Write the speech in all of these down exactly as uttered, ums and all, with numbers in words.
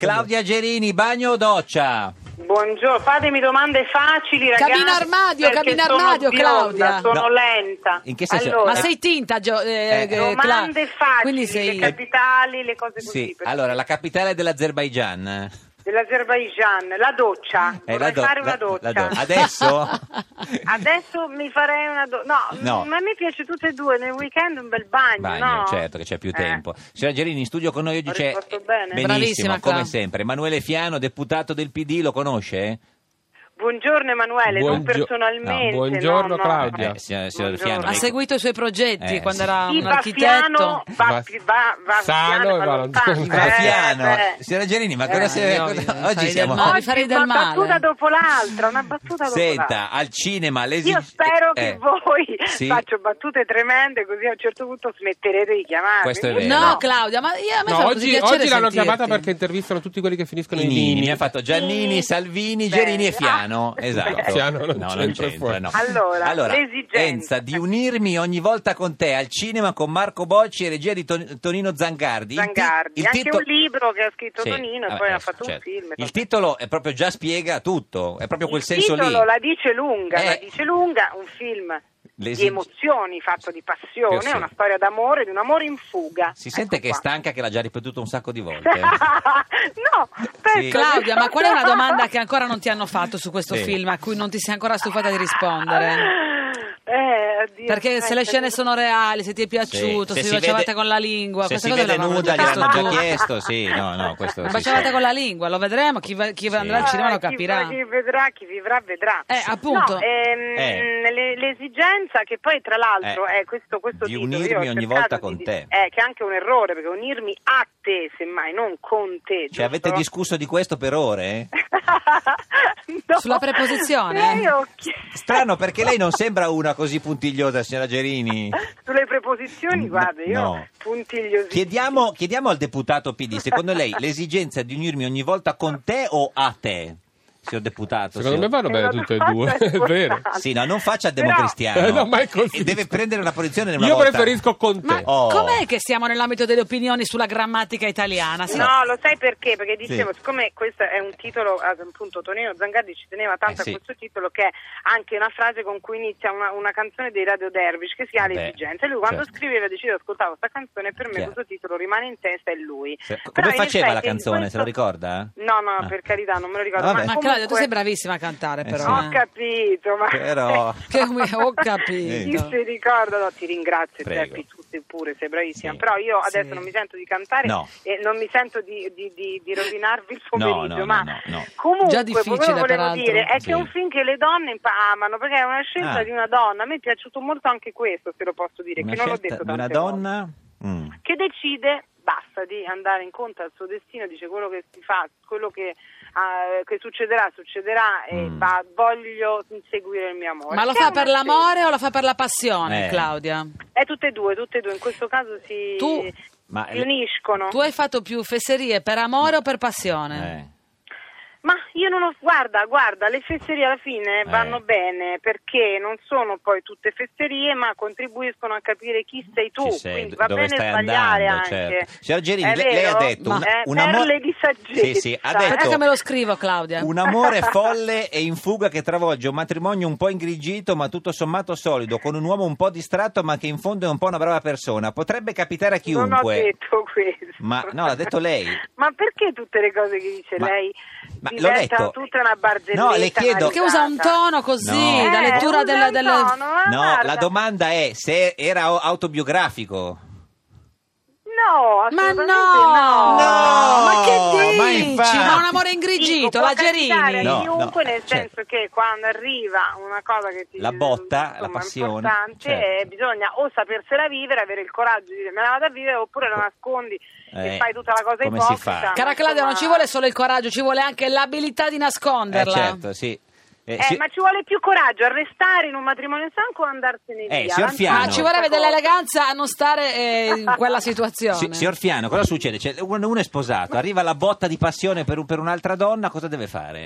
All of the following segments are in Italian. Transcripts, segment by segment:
Claudia Gerini, bagno o doccia? Buongiorno, fatemi domande facili, ragazzi. Cabina armadio, cabina armadio, bionda, Claudia. Sono No. lenta. In che senso? Allora, Ma sei tinta, Gio- eh, Eh. eh, Cla- domande facili, Quindi sei... le capitali, le cose così. Sì, per- allora, la capitale dell'Azerbaigian? Dell'Azerbaigian, la doccia. Eh, Vorrei la do- fare una la- doccia. la do- Adesso? Adesso mi farei una doccia. No, No. ma a me piace tutte e due. Nel weekend un bel bagno, Bagno, no? certo che c'è più Eh. tempo. Signora Gerini, in studio con noi oggi Ho c'è... risposto bene? Benissimo, Bravissima, come Cla. sempre. Emanuele Fiano, deputato del P D, lo conosce? Buongiorno Emanuele, non Buongio- personalmente. no, buongiorno, no, no. Claudia. Eh, signor, signor Buongiorno. Fiano, Ha lei- seguito i suoi progetti Eh, quando sì. era Sì, un va architetto. piano, va, Va- va, va sano piano, e va va lontano. lontano. Va Eh, piano. eh. Signora Gerini, ma Eh, cosa si... no, cosa- fai Oggi del siamo... male. Oggi farei del una male. battuta dopo l'altra, una battuta dopo Senta, l'altra. al cinema... l'esi- Io spero eh, che voi sì? faccio battute tremende, così a un certo punto smetterete di chiamarmi. Questo è Io- vero. No, Claudia, ma io, a me No, fa così oggi, piacere oggi l'hanno sentirti. chiamata perché intervistano tutti quelli che finiscono I in Nini, Nini. mi ha fatto Giannini, Sì. Salvini, Bene. Gerini e Fiano. Esatto. Fiano non no, c'entra non c'entra, fuori. no. Allora, l'esigenza. pensa di unirmi ogni volta con te al cinema con Marco Bocci e regia di Ton- Tonino Zangardi. Il ti- Zangardi, il anche titolo- un libro che ha scritto Sì, Tonino e vabbè, poi ha eh, fatto certo. un film. Il titolo è proprio già spiega tutto, è proprio quel Il senso lì. titolo la dice lunga, Eh. la dice lunga, un film L'esig- di emozioni, fatto di passione, Passione. una storia d'amore, di un amore in fuga. Si sente Ecco che è qua. stanca, che l'ha già ripetuto un sacco di volte. No, penso Sì. Claudia, ma qual è una domanda che ancora non ti hanno fatto su questo Sì. film, a cui non ti sei ancora stufata di rispondere? Eh, oddio, Perché se le aspetta, scene sono reali, se ti è piaciuto, Sì, se, se vi si baciavate vede- con la lingua, Se queste si cose vede l'avranno nuda, già gliel'hanno chiesto già tutti. chiesto, sì, no, no, questo sì, Baciavate sì. con la lingua, lo vedremo, chi, va- chi andrà al Sì. cinema lo Eh, capirà. Chi, chi vedrà, chi vivrà, vedrà. Eh, appunto. No, ehm, Eh. le- l'esigenza che poi tra l'altro Eh. è questo, questo Di titolo, unirmi io ho ogni cercato volta di- con te. Eh, che è anche un errore, perché unirmi a te, semmai, non con te. Cioè, giusto? avete discusso di questo per ore? No. Sulla preposizione? Eh, io ho chiesto- Strano, perché lei non sembra una così puntigliosa, signora Gerini. Sulle preposizioni, guarda, io No. puntigliosissimo. Chiediamo, chiediamo al deputato P D, secondo lei l'esigenza di unirmi ogni volta con te o a te, signor deputato? Secondo me signor- vanno bene tutte e due, è vero. Sì, no, non faccia il Però- democristiano. Eh, no, ma è così. E deve prendere una posizione una Io volta. preferisco con Ma te. Oh. com'è che siamo nell'ambito delle opinioni sulla grammatica italiana? Sì. No, lo sai perché? Perché dicevo, Sì. siccome questo è un titolo, appunto Tonino Zangardi ci teneva tanto Eh, sì. a questo titolo, che è anche una frase con cui inizia una, una canzone dei Radio Dervish che si chiama Beh, L'esigenza. E lui quando certo. scriveva, deciso ascoltavo questa canzone, e per me Chiaro. questo titolo rimane in testa, è lui. Se- Però Come in faceva la effetti canzone, questo- se lo ricorda? No, no, Ah. per carità, non me lo ricordo. Vabbè. Ma, Ma comunque... Claudia, tu sei bravissima a cantare, Eh, però. sì. Ho eh. capito, ma... Però... Che ho Chi capito. si ricorda? No, ti ringrazio, Prego. Teppi, tu sei pure, sei bravissima. Sì. Però io adesso Sì. non mi sento di cantare No. e non mi sento di, di, di, di rovinarvi il No, pomeriggio. no, ma no, no, no. comunque, Già difficile, quello che volevo peraltro. dire è Sì. che è un film che le donne impa- amano, perché è una scelta Ah. di una donna. A me è piaciuto molto anche questo, se lo posso dire, Una che non l'ho scelta detto di una tante volte. donna? Mm. Che decide, basta, di andare incontro al suo destino, dice quello che si fa, quello che, ah, che succederà, succederà e Mm. va, voglio inseguire il mio amore. Ma lo Che fa è per una l'amore o lo fa per la passione, Eh. Claudia? È tutte e due, tutte e due, in questo caso si, Tu- Ma si uniscono. Tu hai fatto più fesserie per amore o per passione? Eh. Ma io non ho, guarda, guarda, le fesserie alla fine Eh. vanno bene perché non sono poi tutte fesserie, ma contribuiscono a capire chi sei tu, Chi sei, quindi va dove bene stai sbagliare andando, anche. certo. Signora Gerini, È lei, lei ha vero? detto Ma- un, Eh, un amore... perle di saggezza. Sì, sì, ha Aspetta detto che me lo scrivo, Claudia. un amore folle e in fuga che travolge un matrimonio un po' ingrigito ma tutto sommato solido, con un uomo un po' distratto ma che in fondo è un po' una brava persona. Potrebbe capitare a chiunque. Non ho detto questo. Ma no, l'ha detto lei. Ma perché tutte le cose che dice Ma- lei ma l'ho diventano letto. tutta una barzelletta? No, le chiedo- una Perché usa un risata? tono così, No. da Eh, lettura usa delle... un delle- tono, ma No, guarda. la domanda è se era autobiografico. No, Ma assolutamente no! no! No! Ma che Ma dici? infatti- Ma un amore Sì, ingrigito, può la capitare a Gerini? No, chiunque, no, nel certo. senso che quando arriva una cosa che ti La botta, insomma, la passione, importante, certo. eh, bisogna o sapersela vivere, avere il coraggio di dire me la vado a vivere, oppure la nascondi Eh, e fai tutta la cosa come si ipocrita. fa? Cara Ma Claudia, non insomma- ci vuole solo il coraggio, ci vuole anche l'abilità di Eh, nasconderla. certo, sì. Eh, Eh, si- ma ci vuole più coraggio a restare in un matrimonio stanco o andarsene Eh, via? signor Avanzare Fiano. Ah, ci vorrebbe questa cosa. dell'eleganza a non stare eh, in quella situazione. si- signor Fiano, cosa succede? Cioè, uno, uno è sposato, arriva la botta di passione per, un- per un'altra donna, cosa deve fare?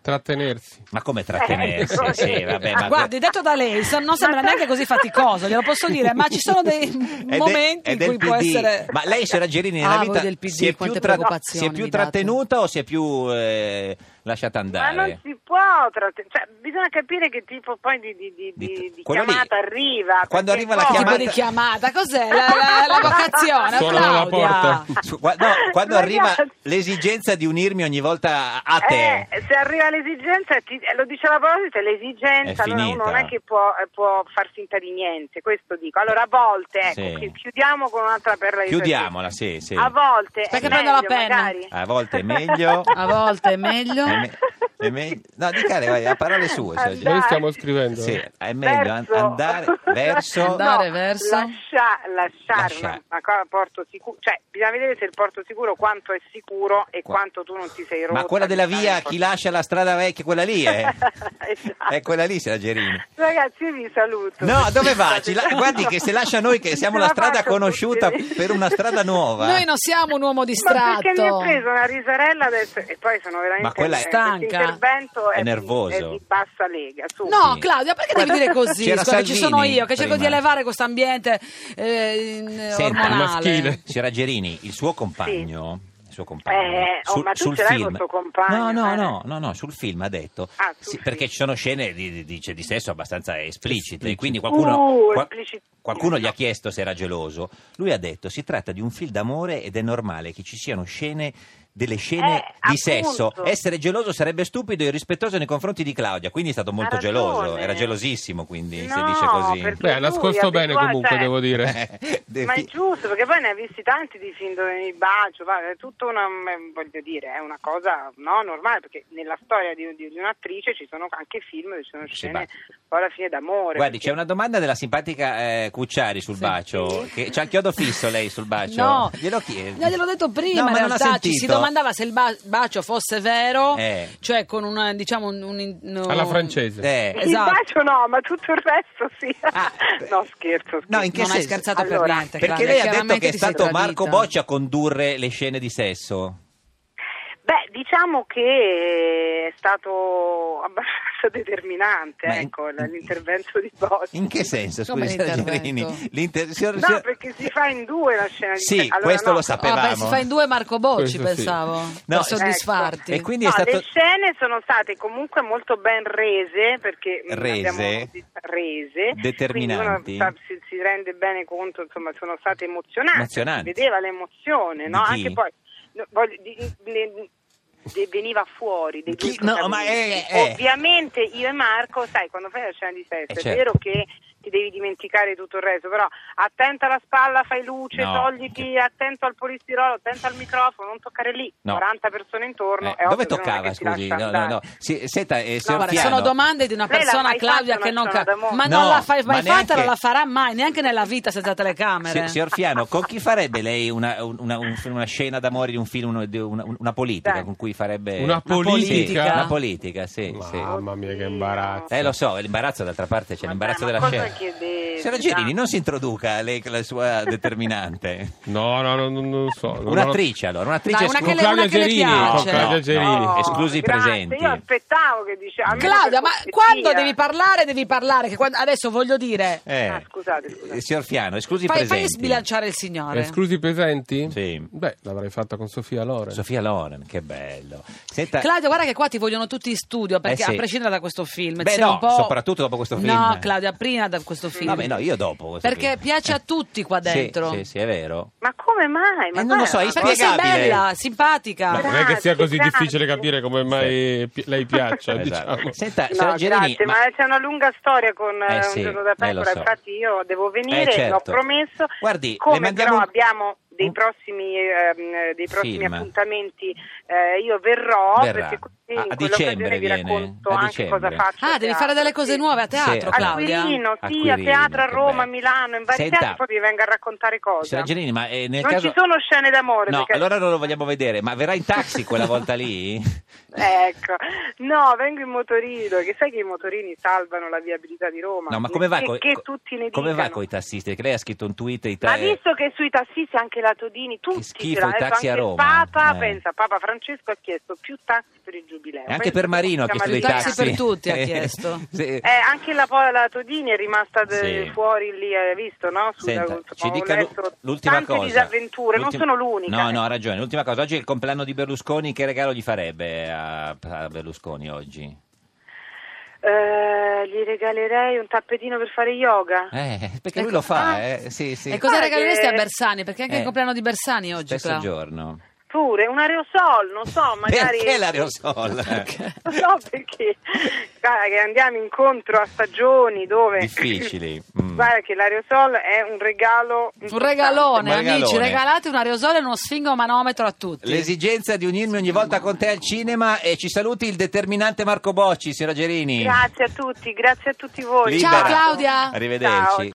Trattenersi. Ma come trattenersi? Ecco. Sì, vabbè, Ah, ma... guardi, detto da lei, so- non sembra neanche così faticoso, glielo posso dire, ma ci sono dei È de- momenti è in del cui può P D. essere... Ma lei, signora Gerini, nella Ah, voi vita del P D, si è più, quante tra- preoccupazioni si è più mi date. trattenuta o si è più eh, lasciata Ma andare? non si può trattenere, cioè, bisogna capire che tipo poi di, di, di, Di- di, di quello lì. chiamata arriva. Quando perché arriva la poi- Tipo chiamata- di chiamata, cos'è? La, la, la vocazione, Suonano alla Claudia. porta. Su- qua- no, quando Ragazzi. arriva l'esigenza di unirmi ogni volta a te. Eh, se arriva l'esigenza, ti- eh, lo dice la proposito, è l'esigenza, È allora finita. uno non è che può, eh, può far finta di niente, questo dico. Allora a volte, ecco, Sì. chi- chiudiamo con un'altra perla di Chiudiamola, sì, sì. A volte Aspetta è che prendo la meglio, penna. magari. A volte è meglio. A volte è meglio. È me- è meglio. No, dica lei, vai, a parole sue. signora Gerini. Dai. Noi stiamo scrivendo. Sì, è meglio an- Verso. andare verso. Andare No, verso. lascia- lasciare Lascia- una, una cosa porto sicuro, cioè bisogna vedere se il porto sicuro quanto è sicuro e Qua- quanto tu non ti sei rotto. Ma quella della via, chi lascia la strada vecchia, quella lì è. Esatto. È quella lì, signora Gerini. Ragazzi, io vi saluto. No, dove va? Ci la- guardi che se lascia noi che siamo Ce la la strada faccio conosciuta tutti. per una strada nuova. Noi non siamo un uomo Ma perché mi ha distratto. preso una risarella adesso e poi sono veramente Ma quella è- eh, Stanca. questo intervento È è, nervoso. è di bassa lega. Su. No, Sì. Claudia, perché devi dire così? C'era Scusa, ci sono Salvini io che cerco prima. di elevare questo ambiente eh, in- Senta, ormonale. maschile. Signora Gerini, il suo compagno, il suo compagno Eh, oh, sul, ma tu sul ce l'hai film. col tuo compagno, No, no, eh? no, no, no, sul film ha detto Ah, sul sì, film. perché ci sono scene di, di, dice, di sesso abbastanza esplicite, Esplicite. quindi qualcuno, Uh, qua- esplicitissimo. qualcuno gli ha chiesto se era geloso. Lui ha detto si tratta di un film d'amore ed è normale che ci siano scene delle scene Eh, di appunto. sesso. Essere geloso sarebbe stupido e irrispettoso nei confronti di Claudia, quindi è stato molto ragione. geloso, era gelosissimo, quindi se No, dice così. perché Beh, ha lui nascosto è bene abituato, comunque, cioè, devo dire. De- Ma è giusto, perché poi ne hai visti tanti di film dove mi bacio, va, è tutto una, eh, voglio dire, è una cosa no, normale, perché nella storia di, di- di un'attrice ci sono anche film dove ci sono Si scene bacia. poi alla fine d'amore. Guardi, perché- c'è una domanda della simpatica eh, Cucciari sul bacio. Che c'ha il chiodo fisso lei sul bacio? No, Glielo chiedo. no, gliel'ho detto prima, No, ma in non ha realtà ci si sentito. domandava se il ba- bacio fosse vero, Eh. cioè con una, diciamo, un... un- no- Alla francese. Eh. Il Esatto. bacio no, ma tutto il resto sì. Ah, no, scherzo, scherzo. No, in che Non hai senso? scherzato Allora, per niente, Perché Claudia, lei ha detto chiaramente che è ti sei stato tradita. Marco Bocci a condurre le scene di sesso. Beh, diciamo che è stato abbastanza determinante, Ma in- ecco, l- l'intervento di Bocci. In che senso, Come scusi, signora l'intervento? Gerini? L'inter- signor- No, signor- perché si fa in due la scena di Sì, sesso. Allora, questo no. lo Ah, sapevamo. beh, si fa in due Marco Bocci, Questo sì. pensavo, No, per soddisfarti. E quindi No, è stato... le scene sono state comunque molto ben rese, perché mh, Rese? abbiamo rese, Determinanti? quindi uno sa- si, si rende bene conto, insomma, sono state emozionanti, Emozionanti. si vedeva l'emozione, no? Di chi? Anche poi no, voglio- di- di- di- veniva fuori dei Chi? due No, ma protagonisti. è- è- Ovviamente io e Marco, sai, quando fai la scena di sesso, Eh, è certo. vero che ti devi dimenticare tutto il resto, però attenta alla spalla, fai luce, No, togliti, attento al polistirolo, attento al microfono, non toccare lì, No. quaranta persone intorno. Eh, è dove ovvio che non è toccava, che ti scusi? lascia No, no, andare. no. Sì, senta, eh, signor Guarda, Fiano. sono domande di una Lei l'ha persona, mai Claudia, fatta che una non scena ca- d'amore? ma No, non l'ha fai- ma mai fatta, neanche- non la farà mai, neanche nella vita senza telecamere. Si- signor Fiano, con chi farebbe lei una, una- un- una scena d'amore di un film, uno- di una, una politica Dai. con cui farebbe... Una politica? Sì, una politica, sì, sì. Mamma mia, che imbarazzo. Eh, lo so, l'imbarazzo d'altra parte c'è Vabbè, l'imbarazzo ma della cosa scena. chiedete? Signora Gerini, non si introduca lei con la sua determinante. No, no, no, non, non so. non- Un'attrice allora, un'attrice Dai, una esclu- che le- Con Claudia una che le Gerini, piace. con Claudia No, Gerini. no. esclusi i grazie, presenti. Io aspettavo che dice almeno Claudia, per ma cortesia. quando devi parlare, devi parlare. Che quando- adesso voglio dire, Eh, Ah, scusate, scusate. eh, signor Fiano, esclusi i fai, fai presenti. sbilanciare il signore. Esclusi i presenti? Sì. Beh, l'avrei fatta con Sofia Loren. Sofia Loren, che bello. Senta, Claudia, guarda che qua ti vogliono tutti in studio, perché Eh sì. a prescindere da questo film. Beh, sei no, un po'... soprattutto dopo questo film. No, Claudia, prima da questo film. Vabbè, no, io dopo. questo Perché film. piace a tutti qua dentro. Sì, sì, sì, è vero. Ma come mai? Ma Eh, non lo so, guarda, è Perché sei Spiegabile. bella, simpatica. Ma non è che sia così Grazie, difficile grazie. capire come mai pi- lei piaccia, Esatto. diciamo. Senta, No, signora Gerini, grazie, ma... c'è una lunga storia con Eh, eh, sì, Un giorno da eh, lo pecora, so. infatti io devo venire, Eh, certo. l'ho promesso. Guardi, come le mandiamo però un- abbiamo dei un- prossimi, ehm, dei prossimi Film. appuntamenti, eh, io verrò, Verrà. perché così A- a in quell'occasione dicembre vi viene, racconto a anche dicembre. cosa faccio. Ah, a devi teatro, fare delle cose sì. nuove a teatro, Sì. Claudia. Aquilino, sì, Aquilino, a teatro a che Roma, bello. a Milano, in vari Senta, teatri, poi vi vengo a raccontare cose. Signora Gerini, ma eh, nel Non caso... ci sono scene d'amore. No, perché... allora non lo vogliamo vedere, ma verrà in taxi quella volta lì? Ecco, no, vengo in motorino, che sai che i motorini salvano la viabilità di Roma. No, ma come va che, coi- che co- tutti ne come va dicano. con i tassisti? Perché lei ha scritto un tweet... i Ma ta- visto che sui tassisti anche la Todini, tutti schifo ce l'hanno. i taxi Adesso a anche Roma, Papa, eh. pensa, Papa Francesco ha chiesto più taxi per il Giubileo. E anche Pensa per Marino ha come chiesto dei siamo taxi taxi. per tutti ha Eh, chiesto. sì. Eh, anche la, la Todini è rimasta de- Sì. fuori lì, hai visto, no? Su, Senta, da- ci ho dica l'u- letto l'ultima tante cosa. disavventure, L'ultim- non sono l'unica. No, eh. no, ha ragione. L'ultima cosa, oggi è il compleanno di Berlusconi, che regalo gli farebbe a, a Berlusconi oggi? Eh, gli regalerei un tappetino per fare yoga. Eh, perché lui lo fa, eh. Sì, sì. E cosa Guarda regaleresti che- a Bersani? Perché anche Eh. il compleanno di Bersani oggi, Stesso Clau. giorno. Pure, un aerosol, non so, magari... Perché l'aerosol? Non so perché, guarda che andiamo incontro a stagioni dove... Difficili. Mm. Guarda che l'aerosol è un regalo... Un regalone, Un amici, regalone. regalate un aerosole e uno sfingomanometro a tutti. L'esigenza di unirmi ogni volta con te al cinema, e ci saluti il determinante Marco Bocci, signora Gerini. Grazie a tutti, grazie a tutti voi. Libera. Ciao, Claudia. Arrivederci. Ciao.